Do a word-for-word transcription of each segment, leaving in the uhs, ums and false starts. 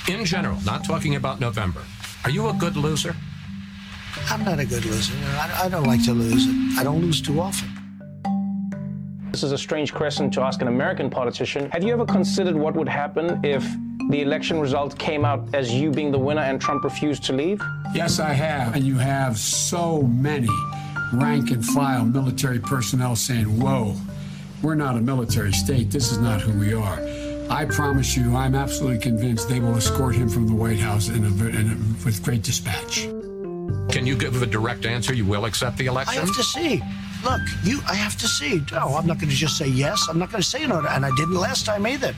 In general, not talking about November. Are you a good loser? I'm not a good loser. I, I don't like to lose. I don't lose too often. This is a strange question to ask an American politician. Have you ever considered what would happen if the election result came out as you being the winner and Trump refused to leave? Yes, I have. And you have so many rank and file military personnel saying, whoa, we're not a military state. This is not who we are. I promise you, I'm absolutely convinced they will escort him from the White House in a, in a, with great dispatch. Can you give a direct answer? You will accept the election? I have to see. Look, you. I have to see. No, I'm not going to just say yes. I'm not going to say no. And I didn't last time either.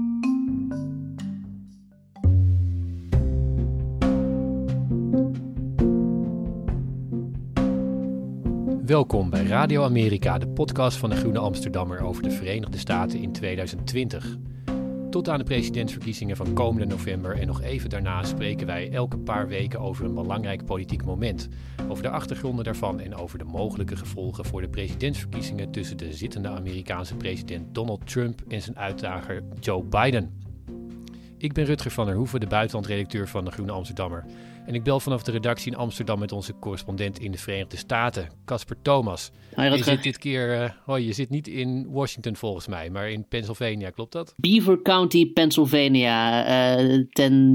Welkom bij Radio Amerika, de podcast van de Groene Amsterdammer over de Verenigde Staten in tweeduizend twintig. Tot aan de presidentsverkiezingen van komende november en nog even daarna spreken wij elke paar weken over een belangrijk politiek moment. Over de achtergronden daarvan en over de mogelijke gevolgen voor de presidentsverkiezingen tussen de zittende Amerikaanse president Donald Trump en zijn uitdager Joe Biden. Ik ben Rutger van der Hoeven, de buitenlandredacteur van de Groene Amsterdammer. En ik bel vanaf de redactie in Amsterdam met onze correspondent in de Verenigde Staten, Casper Thomas. Hi, je zit dit keer, uh, oh, je zit niet in Washington volgens mij, maar in Pennsylvania, klopt dat? Beaver County, Pennsylvania, uh, ten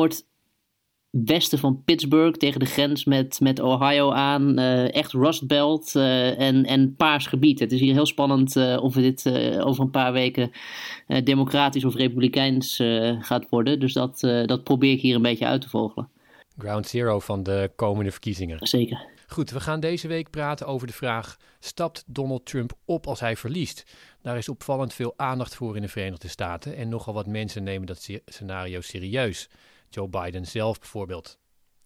noordwesten van Pittsburgh, tegen de grens met, met Ohio aan. Uh, echt Rust Belt uh, en, en paars gebied. Het is hier heel spannend uh, of dit uh, over een paar weken uh, democratisch of republikeins uh, gaat worden. Dus dat, uh, dat probeer ik hier een beetje uit te vogelen. Ground zero van de komende verkiezingen. Zeker. Goed, we gaan deze week praten over de vraag: stapt Donald Trump op als hij verliest? Daar is opvallend veel aandacht voor in de Verenigde Staten en nogal wat mensen nemen dat scenario serieus. Joe Biden zelf bijvoorbeeld.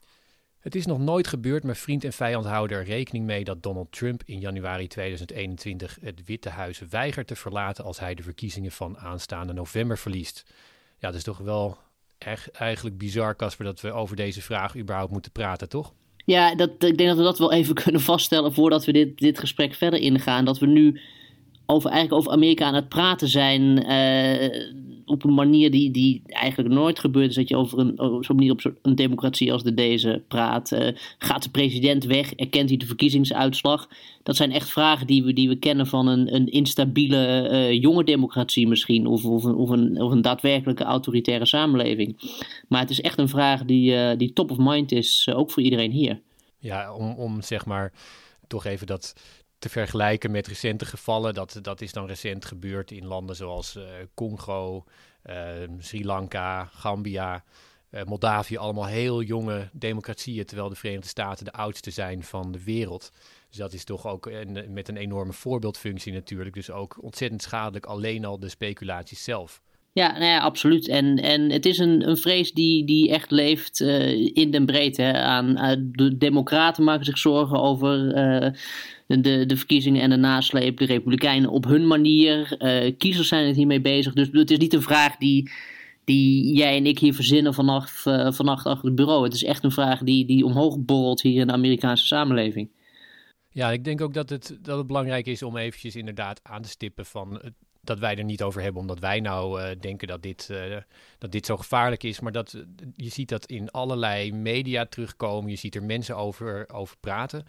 Het is nog nooit gebeurd, maar vriend en vijand houden er rekening mee dat Donald Trump in januari tweeduizend eenentwintig het Witte Huis weigert te verlaten als hij de verkiezingen van aanstaande november verliest. Ja, dat is toch wel echt eigenlijk bizar, Casper, dat we over deze vraag überhaupt moeten praten, toch? Ja, dat, ik denk dat we dat wel even kunnen vaststellen voordat we dit, dit gesprek verder ingaan. Dat we nu over, eigenlijk over Amerika aan het praten zijn uh, op een manier die, die eigenlijk nooit gebeurt. Dus dat je over een, op zo'n manier op zo, een democratie als de deze praat. Uh, gaat de president weg? Erkent hij de verkiezingsuitslag? Dat zijn echt vragen die we, die we kennen van een, een instabiele uh, jonge democratie misschien. Of, of, een, of, een, of een daadwerkelijke autoritaire samenleving. Maar het is echt een vraag die, uh, die top of mind is, uh, ook voor iedereen hier. Ja, om, om zeg maar toch even dat te vergelijken met recente gevallen. Dat, dat is dan recent gebeurd in landen zoals uh, Congo, uh, Sri Lanka, Gambia, uh, Moldavië. Allemaal heel jonge democratieën, terwijl de Verenigde Staten de oudste zijn van de wereld. Dus dat is toch ook een, met een enorme voorbeeldfunctie natuurlijk. Dus ook ontzettend schadelijk, alleen al de speculaties zelf. Ja, nou ja, absoluut. En, en het is een, een vrees die, die echt leeft uh, in den breedte. Hè. Aan, uh, de democraten maken zich zorgen over uh, de, de verkiezingen en de nasleep. De republikeinen op hun manier. Uh, kiezers zijn het hiermee bezig. Dus het is niet een vraag die, die jij en ik hier verzinnen vanaf, uh, vannacht achter het bureau. Het is echt een vraag die, die omhoog borrelt hier in de Amerikaanse samenleving. Ja, ik denk ook dat het, dat het belangrijk is om eventjes inderdaad aan te stippen van het, dat wij er niet over hebben, omdat wij nou uh, denken dat dit, uh, dat dit zo gevaarlijk is. Maar dat, je ziet dat in allerlei media terugkomen. Je ziet er mensen over, over praten.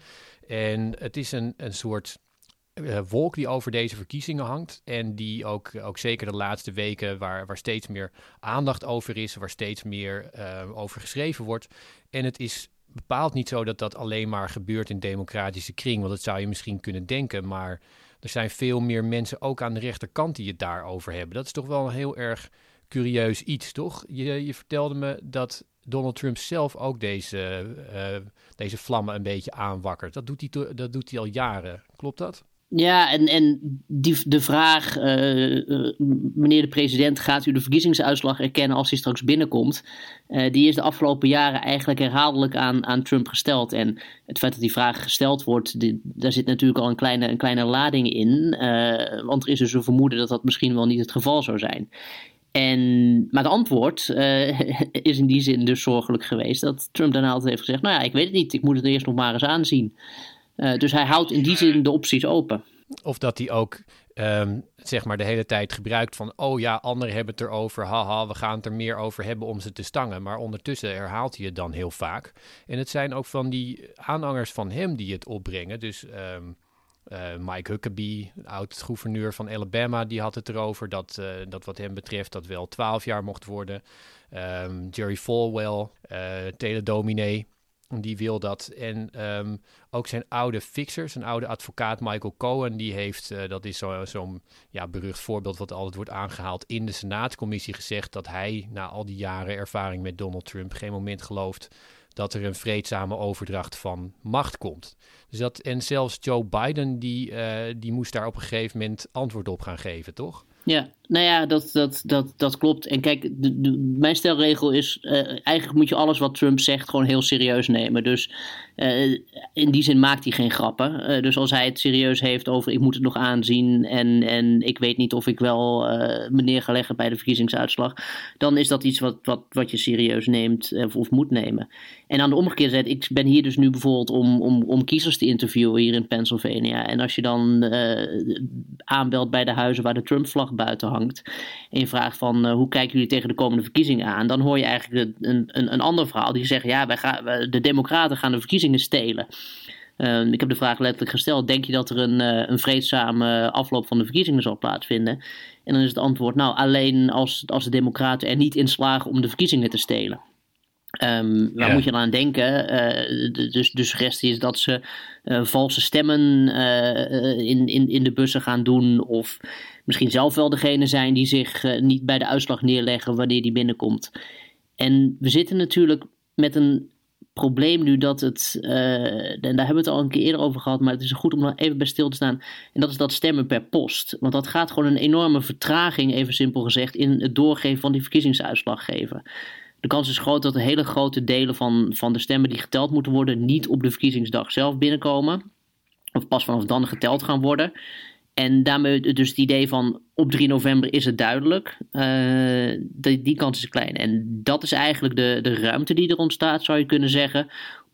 En het is een, een soort uh, wolk die over deze verkiezingen hangt. En die ook, ook zeker de laatste weken, waar, waar steeds meer aandacht over is, waar steeds meer uh, over geschreven wordt. En het is bepaald niet zo dat dat alleen maar gebeurt in democratische kring. Want dat zou je misschien kunnen denken, maar er zijn veel meer mensen ook aan de rechterkant die het daarover hebben. Dat is toch wel een heel erg curieus iets, toch? Je, je vertelde me dat Donald Trump zelf ook deze, uh, deze vlammen een beetje aanwakkert. Dat doet hij, to- dat doet hij al jaren. Klopt dat? Ja, en, en die, de vraag, uh, uh, meneer de president, gaat u de verkiezingsuitslag erkennen als hij straks binnenkomt? Uh, die is de afgelopen jaren eigenlijk herhaaldelijk aan, aan Trump gesteld. En het feit dat die vraag gesteld wordt, die, daar zit natuurlijk al een kleine, een kleine lading in. Uh, want er is dus een vermoeden dat dat misschien wel niet het geval zou zijn. En, maar het antwoord uh, is in die zin dus zorgelijk geweest dat Trump daarna altijd heeft gezegd, nou ja, ik weet het niet, ik moet het eerst nog maar eens aanzien. Uh, dus hij houdt in die zin de opties open. Of dat hij ook um, zeg maar de hele tijd gebruikt van... oh ja, anderen hebben het erover, haha, we gaan het er meer over hebben om ze te stangen. Maar ondertussen herhaalt hij het dan heel vaak. En het zijn ook van die aanhangers van hem die het opbrengen. Dus um, uh, Mike Huckabee, oud-gouverneur van Alabama, die had het erover... dat, uh, dat wat hem betreft dat wel twaalf jaar mocht worden. Um, Jerry Falwell, uh, teledominee... Die wil dat. En um, ook zijn oude fixer, zijn oude advocaat Michael Cohen, die heeft, uh, dat is zo, zo'n ja, berucht voorbeeld wat altijd wordt aangehaald, in de Senaatscommissie gezegd dat hij, na al die jaren ervaring met Donald Trump, geen moment gelooft dat er een vreedzame overdracht van macht komt. Dus dat, en zelfs Joe Biden, die, uh, die moest daar op een gegeven moment antwoord op gaan geven, toch? Ja, nou ja, dat, dat, dat, dat klopt. En kijk, de, de, mijn stelregel is... Uh, eigenlijk moet je alles wat Trump zegt gewoon heel serieus nemen. Dus uh, in die zin maakt hij geen grappen. Uh, dus als hij het serieus heeft over... ik moet het nog aanzien en, en ik weet niet of ik wel uh, me neer ga leggen bij de verkiezingsuitslag... dan is dat iets wat, wat, wat je serieus neemt of, of moet nemen. En aan de omgekeerde zijde, ik ben hier dus nu bijvoorbeeld om, om, om kiezers te interviewen hier in Pennsylvania. En als je dan uh, aanbelt bij de huizen waar de Trump-vlag buiten hangt en je vraagt van uh, hoe kijken jullie tegen de komende verkiezingen aan, dan hoor je eigenlijk een, een, een ander verhaal die zegt ja, wij gaan, de democraten gaan de verkiezingen stelen. Uh, ik heb de vraag letterlijk gesteld, denk je dat er een, uh, een vreedzame afloop van de verkiezingen zal plaatsvinden? En dan is het antwoord, nou alleen als, als de democraten er niet in slagen om de verkiezingen te stelen. Um, waar ja. moet je dan aan denken? Uh, de, dus de suggestie is dat ze uh, valse stemmen uh, in, in, in de bussen gaan doen. Of misschien zelf wel degene zijn die zich uh, niet bij de uitslag neerleggen wanneer die binnenkomt. En we zitten natuurlijk met een probleem nu dat het... Uh, en daar hebben we het al een keer eerder over gehad, maar het is goed om er even bij stil te staan. En dat is dat stemmen per post. Want dat gaat gewoon een enorme vertraging, even simpel gezegd, in het doorgeven van die verkiezingsuitslag geven. De kans is groot dat er hele grote delen van, van de stemmen die geteld moeten worden niet op de verkiezingsdag zelf binnenkomen. Of pas vanaf dan geteld gaan worden. En daarmee dus het idee van op drie november is het duidelijk. Uh, die, die kans is klein. En dat is eigenlijk de, de ruimte die er ontstaat, zou je kunnen zeggen,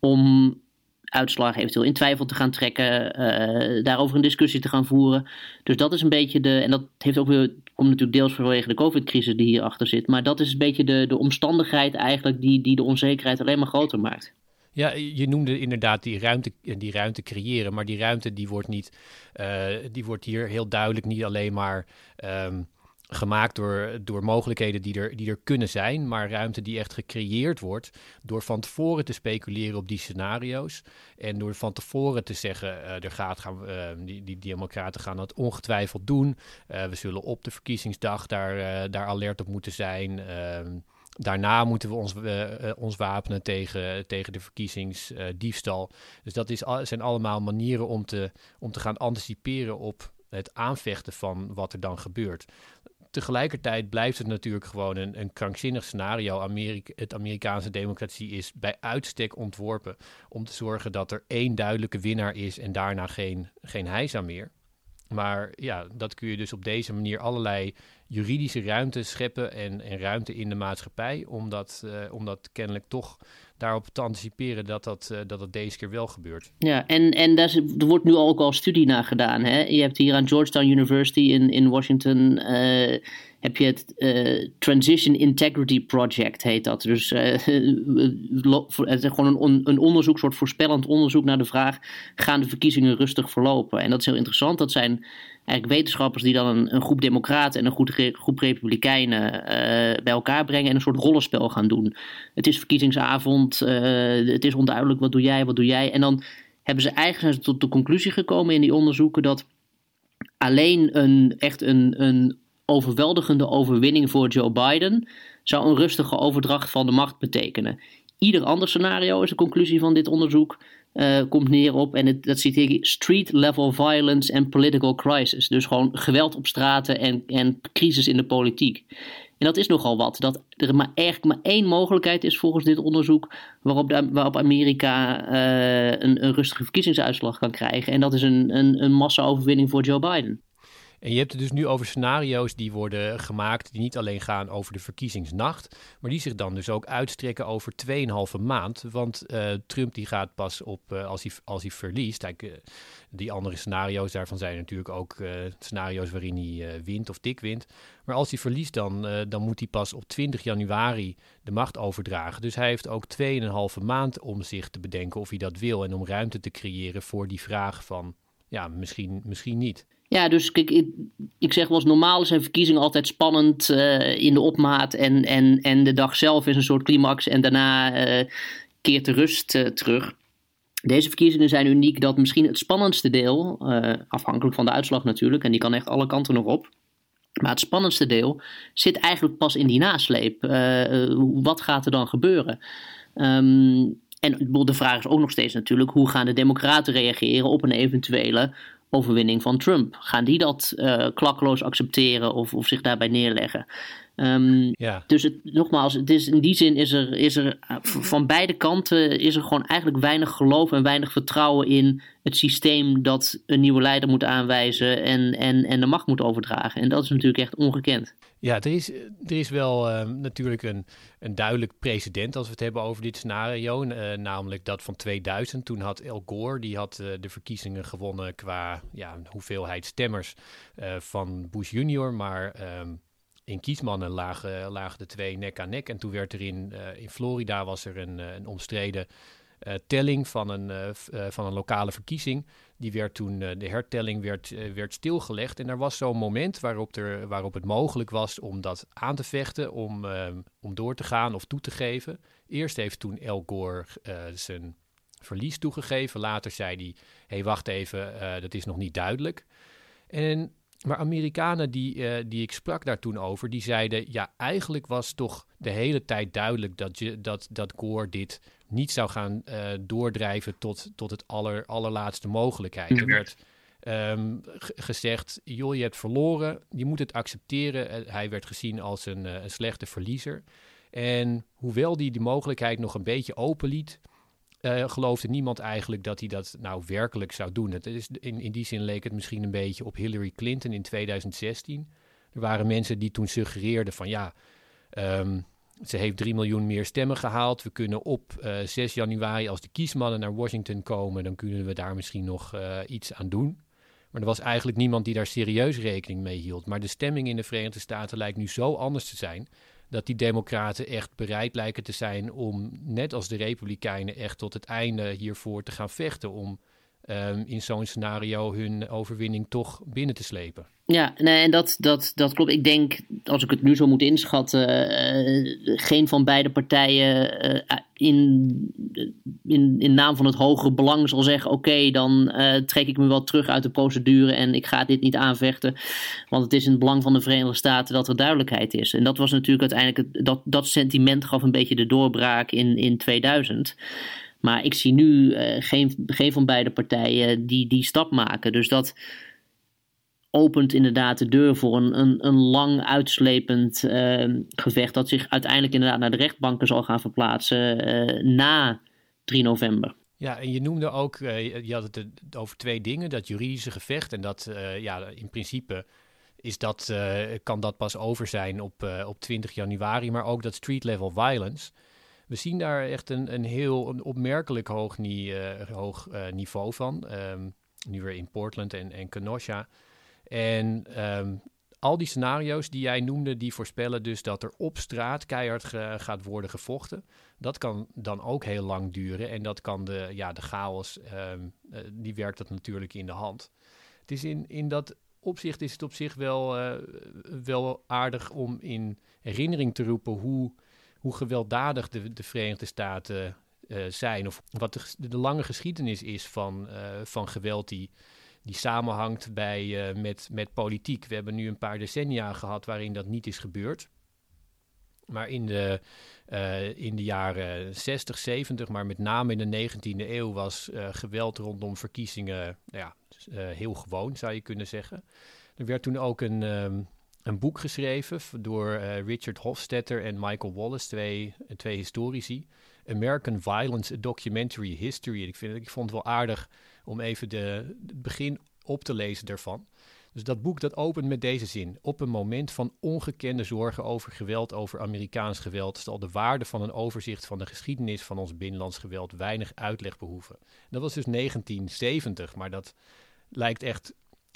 om uitslagen eventueel in twijfel te gaan trekken, uh, daarover een discussie te gaan voeren. Dus dat is een beetje de, en dat heeft ook weer, komt natuurlijk deels vanwege de COVID-crisis die hierachter zit, maar dat is een beetje de, de omstandigheid eigenlijk die, die de onzekerheid alleen maar groter maakt. Ja, je noemde inderdaad die ruimte, die ruimte creëren, maar die ruimte die wordt niet, uh, die wordt hier heel duidelijk niet alleen maar um, gemaakt door, door mogelijkheden die er, die er kunnen zijn, maar ruimte die echt gecreëerd wordt door van tevoren te speculeren op die scenario's en door van tevoren te zeggen, uh, er gaat gaan, uh, die, die democraten gaan dat ongetwijfeld doen. Uh, we zullen op de verkiezingsdag daar, uh, daar alert op moeten zijn. Uh, Daarna moeten we ons, uh, ons wapenen tegen, tegen de verkiezingsdiefstal. Uh, dus dat is, zijn allemaal manieren om te, om te gaan anticiperen op het aanvechten van wat er dan gebeurt. Tegelijkertijd blijft het natuurlijk gewoon een, een krankzinnig scenario. Amerika, het Amerikaanse democratie is bij uitstek ontworpen om te zorgen dat er één duidelijke winnaar is en daarna geen, geen heisa meer. Maar ja, dat kun je dus op deze manier allerlei juridische ruimte scheppen en, en ruimte in de maatschappij, om dat, uh, om dat kennelijk toch daarop te anticiperen dat dat, uh, dat het deze keer wel gebeurt. Ja, en, en daar is, er wordt nu ook al studie naar gedaan. Hè? Je hebt hier aan Georgetown University in, in Washington, uh, heb je het uh, Transition Integrity Project, heet dat. Dus uh, het is gewoon een, on, een onderzoek, een soort voorspellend onderzoek naar de vraag, gaan de verkiezingen rustig verlopen? En dat is heel interessant. Dat zijn eigenlijk wetenschappers die dan een, een groep democraten en een groep, groep republikeinen uh, bij elkaar brengen en een soort rollenspel gaan doen. Het is verkiezingsavond, uh, het is onduidelijk, wat doe jij, wat doe jij? En dan hebben ze eigenlijk zijn ze tot de conclusie gekomen in die onderzoeken dat alleen een echt een, een overweldigende overwinning voor Joe Biden zou een rustige overdracht van de macht betekenen. Ieder ander scenario, is de conclusie van dit onderzoek, Uh, komt neer op, en het, dat citeer ik, street level violence and political crisis. Dus gewoon geweld op straten en, en crisis in de politiek. En dat is nogal wat. Dat er maar, eigenlijk maar één mogelijkheid is volgens dit onderzoek waarop, de, waarop Amerika uh, een, een rustige verkiezingsuitslag kan krijgen. En dat is een, een, een massa-overwinning voor Joe Biden. En je hebt het dus nu over scenario's die worden gemaakt die niet alleen gaan over de verkiezingsnacht, maar die zich dan dus ook uitstrekken over tweeënhalve maand. Want uh, Trump die gaat pas op, uh, als, hij, als hij verliest, hij, uh, die andere scenario's, daarvan zijn natuurlijk ook uh, scenario's waarin hij uh, wint of dik wint. Maar als hij verliest dan, uh, dan moet hij pas op twintig januari de macht overdragen. Dus hij heeft ook tweeënhalve maand om zich te bedenken of hij dat wil en om ruimte te creëren voor die vraag van, ja, misschien, misschien niet. Ja, dus kijk, ik, ik zeg wel eens, normaal zijn verkiezingen altijd spannend uh, in de opmaat en, en, en de dag zelf is een soort climax en daarna uh, keert de rust uh, terug. Deze verkiezingen zijn uniek dat misschien het spannendste deel, uh, afhankelijk van de uitslag natuurlijk, en die kan echt alle kanten nog op, maar het spannendste deel zit eigenlijk pas in die nasleep. Uh, uh, wat gaat er dan gebeuren? Um, en de vraag is ook nog steeds natuurlijk, hoe gaan de democraten reageren op een eventuele overwinning van Trump? Gaan die dat uh, klakkeloos accepteren of, of zich daarbij neerleggen? Um, ja. Dus het, nogmaals, het is, in die zin is er, is er van beide kanten is er gewoon eigenlijk weinig geloof en weinig vertrouwen in het systeem dat een nieuwe leider moet aanwijzen en, en, en de macht moet overdragen. En dat is natuurlijk echt ongekend. Ja, er is, er is wel uh, natuurlijk een, een duidelijk precedent als we het hebben over dit scenario. Uh, namelijk dat van tweeduizend. Toen had Al Gore, die had uh, de verkiezingen gewonnen qua ja, hoeveelheid stemmers uh, van Bush junior. Maar um, in kiesmannen lagen, lagen de twee nek aan nek. En toen werd er in, uh, in Florida was er een, uh, een omstreden uh, telling van een, uh, f, uh, van een lokale verkiezing. Die werd toen, uh, de hertelling werd, uh, werd stilgelegd. En er was zo'n moment waarop, er, waarop het mogelijk was om dat aan te vechten, om, uh, om door te gaan of toe te geven. Eerst heeft toen Al Gore uh, zijn verlies toegegeven. Later zei hij, hé, hey, wacht even, uh, dat is nog niet duidelijk. En, maar Amerikanen die, uh, die ik sprak daar toen over, die zeiden, ja, eigenlijk was toch de hele tijd duidelijk dat, je, dat, dat Gore dit niet zou gaan uh, doordrijven tot, tot het aller, allerlaatste mogelijkheid. Er werd um, g- gezegd, joh, je hebt verloren, je moet het accepteren. Uh, hij werd gezien als een, uh, een slechte verliezer. En hoewel hij die mogelijkheid nog een beetje openliet, uh, geloofde niemand eigenlijk dat hij dat nou werkelijk zou doen. Het is, in, in die zin leek het misschien een beetje op Hillary Clinton in tweeduizend zestien. Er waren mensen die toen suggereerden van ja, Um, ze heeft drie miljoen meer stemmen gehaald. We kunnen op uh, zes januari, als de kiesmannen naar Washington komen, dan kunnen we daar misschien nog uh, iets aan doen. Maar er was eigenlijk niemand die daar serieus rekening mee hield. Maar de stemming in de Verenigde Staten lijkt nu zo anders te zijn, dat die democraten echt bereid lijken te zijn om, net als de republikeinen, echt tot het einde hiervoor te gaan vechten om um, in zo'n scenario hun overwinning toch binnen te slepen. Ja, nee, en dat, dat, dat klopt. Ik denk, als ik het nu zo moet inschatten, uh, geen van beide partijen uh, in, in, in naam van het hogere belang zal zeggen, oké, okay, dan uh, trek ik me wel terug uit de procedure en ik ga dit niet aanvechten. Want het is in het belang van de Verenigde Staten dat er duidelijkheid is. En dat was natuurlijk uiteindelijk, dat, dat sentiment gaf een beetje de doorbraak in, in tweeduizend. Maar ik zie nu uh, geen, geen van beide partijen die die stap maken. Dus dat opent inderdaad de deur voor een, een, een lang uitslepend uh, gevecht dat zich uiteindelijk inderdaad naar de rechtbanken zal gaan verplaatsen uh, na drie november. Ja, en je noemde ook, uh, je had het over twee dingen, dat juridische gevecht en dat uh, ja, in principe is dat, uh, kan dat pas over zijn op, uh, op twintig januari, maar ook dat street level violence. We zien daar echt een, een heel een opmerkelijk hoog, ni, uh, hoog uh, niveau van, um, nu weer in Portland en, en Kenosha. En um, al die scenario's die jij noemde, die voorspellen dus dat er op straat keihard ge, gaat worden gevochten. Dat kan dan ook heel lang duren en dat kan de, ja, de chaos, um, uh, die werkt dat natuurlijk in de hand. Het is in, in dat opzicht is het op zich wel, uh, wel aardig om in herinnering te roepen hoe, hoe gewelddadig de, de Verenigde Staten uh, zijn. Of wat de, de lange geschiedenis is van, uh, van geweld die... die samenhangt bij, uh, met, met politiek. We hebben nu een paar decennia gehad waarin dat niet is gebeurd. Maar in de, uh, in de jaren zestig, zeventig, maar met name in de negentiende eeuw was uh, geweld rondom verkiezingen ja, uh, heel gewoon, zou je kunnen zeggen. Er werd toen ook een, um, een boek geschreven door uh, Richard Hofstadter en Michael Wallace, twee, twee historici. American Violence, a Documentary History. Ik, vind, ik vond het wel aardig om even de, het begin op te lezen daarvan. Dus dat boek dat opent met deze zin. Op een moment van ongekende zorgen over geweld, over Amerikaans geweld, zal de waarde van een overzicht van de geschiedenis van ons binnenlands geweld weinig uitleg behoeven. Dat was dus negentien zeventig, maar dat lijkt echt,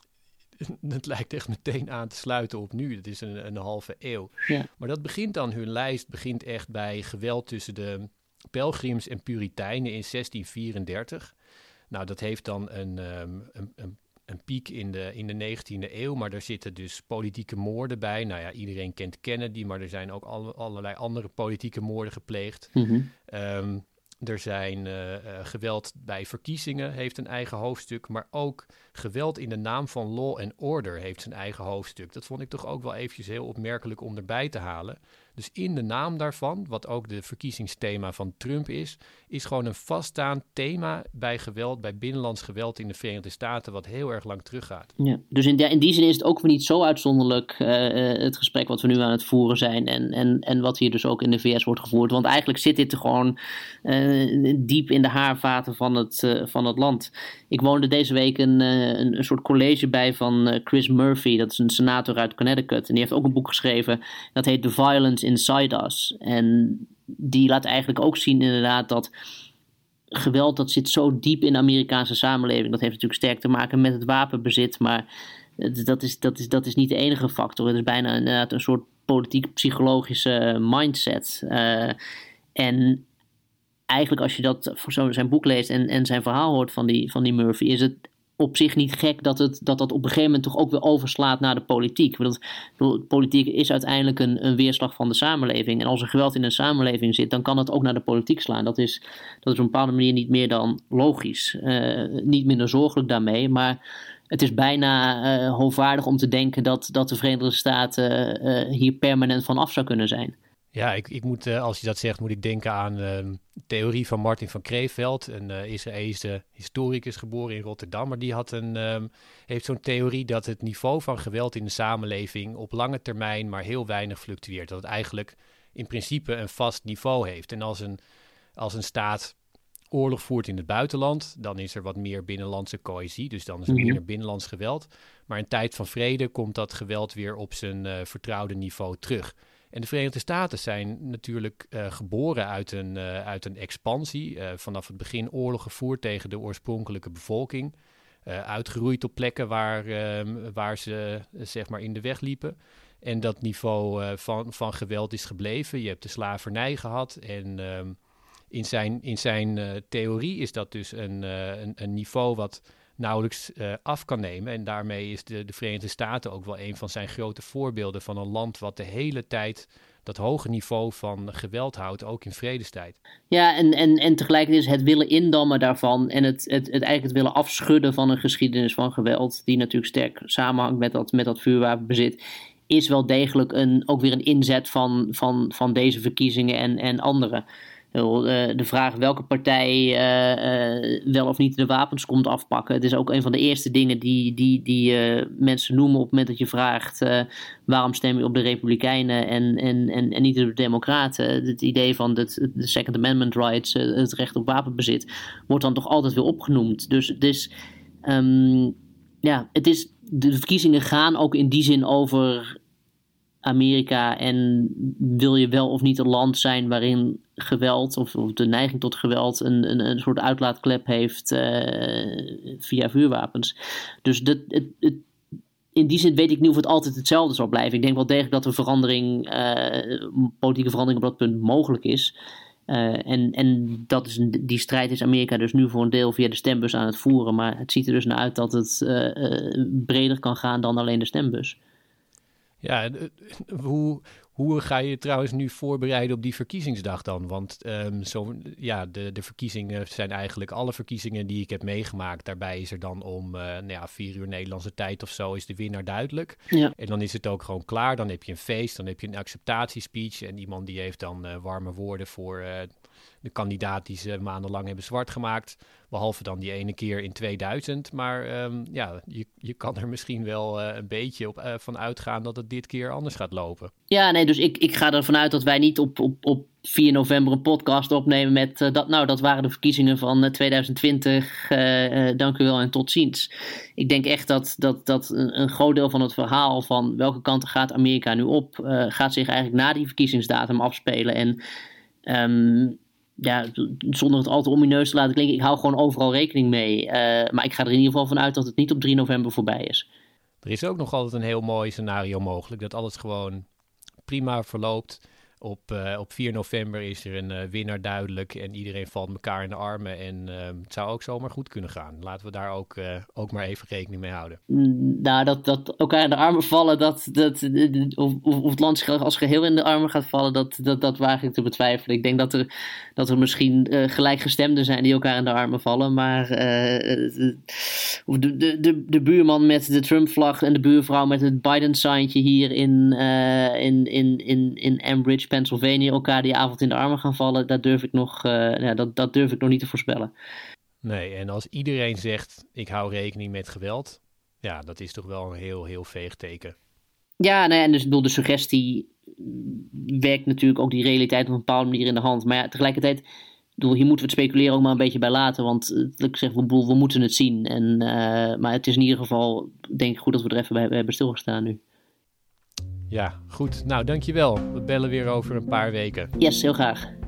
het lijkt echt meteen aan te sluiten op nu. Dat is een, een halve eeuw. Ja. Maar dat begint dan, hun lijst begint echt bij geweld tussen de pelgrims en puriteinen in zestien vierendertig. Nou, dat heeft dan een, um, een, een, een piek in de, in de negentiende eeuw, maar daar zitten dus politieke moorden bij. Nou ja, iedereen kent Kennedy, maar er zijn ook alle, allerlei andere politieke moorden gepleegd. Mm-hmm. Um, er zijn uh, uh, geweld bij verkiezingen, heeft een eigen hoofdstuk, maar ook geweld in de naam van law and order heeft zijn eigen hoofdstuk. Dat vond ik toch ook wel eventjes heel opmerkelijk om erbij te halen. Dus in de naam daarvan, wat ook de verkiezingsthema van Trump is, is gewoon een vaststaand thema bij geweld, bij binnenlands geweld in de Verenigde Staten, wat heel erg lang teruggaat. Ja, dus in, de, in die zin is het ook weer niet zo uitzonderlijk, uh, het gesprek wat we nu aan het voeren zijn en, en, en wat hier dus ook in de V S wordt gevoerd. Want eigenlijk zit dit er gewoon uh, diep in de haarvaten van het, uh, van het land. Ik woonde deze week een, uh, een, een soort college bij van uh, Chris Murphy, dat is een senator uit Connecticut. En die heeft ook een boek geschreven, dat heet The Violence Inside Us. En die laat eigenlijk ook zien inderdaad dat geweld, dat zit zo diep in de Amerikaanse samenleving. Dat heeft natuurlijk sterk te maken met het wapenbezit, maar dat is, dat is, dat is niet de enige factor. Het is bijna inderdaad een soort politiek-psychologische mindset. Uh, en eigenlijk als je dat voor zo zijn boek leest en, en zijn verhaal hoort van die, van die Murphy, is het op zich niet gek dat, het, dat dat op een gegeven moment toch ook weer overslaat naar de politiek. Want de politiek is uiteindelijk een, een weerslag van de samenleving. En als er geweld in een samenleving zit, dan kan het ook naar de politiek slaan. Dat is, dat is op een bepaalde manier niet meer dan logisch. Uh, niet minder zorgelijk daarmee, maar het is bijna uh, hoogwaardig om te denken dat, dat de Verenigde Staten uh, hier permanent van af zou kunnen zijn. Ja, ik, ik moet, uh, als je dat zegt, moet ik denken aan uh, de theorie van Martin van Creveld, een uh, Israëlische historicus geboren in Rotterdam. Maar die had een, um, heeft zo'n theorie dat het niveau van geweld in de samenleving op lange termijn maar heel weinig fluctueert. Dat het eigenlijk in principe een vast niveau heeft. En als een, als een staat oorlog voert in het buitenland, dan is er wat meer binnenlandse cohesie. Dus dan is er minder binnenlands geweld. Maar in tijd van vrede komt dat geweld weer op zijn uh, vertrouwde niveau terug. En de Verenigde Staten zijn natuurlijk uh, geboren uit een, uh, uit een expansie. Uh, vanaf het begin oorlog gevoerd tegen de oorspronkelijke bevolking. Uh, uitgeroeid op plekken waar, uh, waar ze uh, zeg maar in de weg liepen. En dat niveau uh, van, van geweld is gebleven. Je hebt de slavernij gehad. En uh, in zijn, in zijn uh, theorie is dat dus een, uh, een, een niveau wat nauwelijks uh, af kan nemen. En daarmee is de, de Verenigde Staten ook wel een van zijn grote voorbeelden van een land wat de hele tijd dat hoge niveau van geweld houdt, ook in vredestijd. Ja, en, en, en tegelijkertijd is het willen indammen daarvan en het, het, het eigenlijk het willen afschudden van een geschiedenis van geweld, die natuurlijk sterk samenhangt met dat, met dat vuurwapenbezit, is wel degelijk een, ook weer een inzet van, van, van deze verkiezingen en, en andere. De vraag welke partij uh, uh, wel of niet de wapens komt afpakken. Het is ook een van de eerste dingen die, die, die uh, mensen noemen op het moment dat je vraagt uh, waarom stem je op de Republikeinen en, en, en, en niet op de Democraten. Het idee van de Second Amendment rights, uh, het recht op wapenbezit, wordt dan toch altijd weer opgenoemd. Dus het is, um, ja, het is, de verkiezingen gaan ook in die zin over Amerika en wil je wel of niet een land zijn waarin geweld of, of de neiging tot geweld een, een, een soort uitlaatklep heeft uh, via vuurwapens. Dus dat, het, het, in die zin weet ik niet of het altijd hetzelfde zal blijven. Ik denk wel degelijk dat er verandering, uh, politieke verandering op dat punt mogelijk is. Uh, en en dat is een, die strijd is Amerika dus nu voor een deel via de stembus aan het voeren. Maar het ziet er dus naar uit dat het uh, uh, breder kan gaan dan alleen de stembus. Ja, hoe, hoe ga je trouwens nu voorbereiden op die verkiezingsdag dan? Want um, zo, ja, de, de verkiezingen zijn eigenlijk alle verkiezingen die ik heb meegemaakt. Daarbij is er dan om uh, nou ja, vier uur Nederlandse tijd of zo is de winnaar duidelijk. Ja. En dan is het ook gewoon klaar. Dan heb je een feest, dan heb je een acceptatiespeech. En iemand die heeft dan uh, warme woorden voor uh, de kandidaat die ze maandenlang hebben zwart gemaakt. Behalve dan die ene keer in tweeduizend. Maar um, ja, je, je kan er misschien wel uh, een beetje op, uh, van uitgaan dat het dit keer anders gaat lopen. Ja, nee, dus ik, ik ga ervan uit dat wij niet op, op, op vier november een podcast opnemen met uh, dat, nou, dat waren de verkiezingen van uh, twintig twintig. Uh, uh, dank u wel en tot ziens. Ik denk echt dat, dat, dat een, een groot deel van het verhaal van welke kanten gaat Amerika nu op, uh, gaat zich eigenlijk na die verkiezingsdatum afspelen. En um, ja, zonder het al te omineus te laten klinken, ik hou gewoon overal rekening mee. Uh, maar ik ga er in ieder geval van uit dat het niet op drie november voorbij is. Er is ook nog altijd een heel mooi scenario mogelijk, dat alles gewoon prima verloopt. Op, uh, op vier november is er een uh, winnaar duidelijk en iedereen valt elkaar in de armen. En uh, het zou ook zomaar goed kunnen gaan. Laten we daar ook, uh, ook maar even rekening mee houden. Nou, dat, dat elkaar in de armen vallen, dat, dat, of, of het land zich als geheel in de armen gaat vallen, dat, dat, dat waag ik te betwijfelen. Ik denk dat er, dat er misschien uh, gelijkgestemden zijn die elkaar in de armen vallen. Maar uh, de, de, de, de buurman met de Trump-vlag en de buurvrouw met het Biden-signtje hier in, uh, in, in, in, in Ambridge, Pennsylvania, elkaar die avond in de armen gaan vallen, dat durf ik nog, uh, ja, dat, dat durf ik nog niet te voorspellen. Nee, en als iedereen zegt, ik hou rekening met geweld, ja, dat is toch wel een heel, heel veeg teken. Ja, nee, en dus bedoel, de suggestie werkt natuurlijk ook die realiteit op een bepaalde manier in de hand. Maar ja, tegelijkertijd, bedoel, hier moeten we het speculeren ook maar een beetje bij laten, want ik zeg, bedoel, we moeten het zien. En, uh, maar het is in ieder geval, denk ik, goed dat we er even bij hebben stilgestaan nu. Ja, goed. Nou, dankjewel. We bellen weer over een paar weken. Yes, heel graag.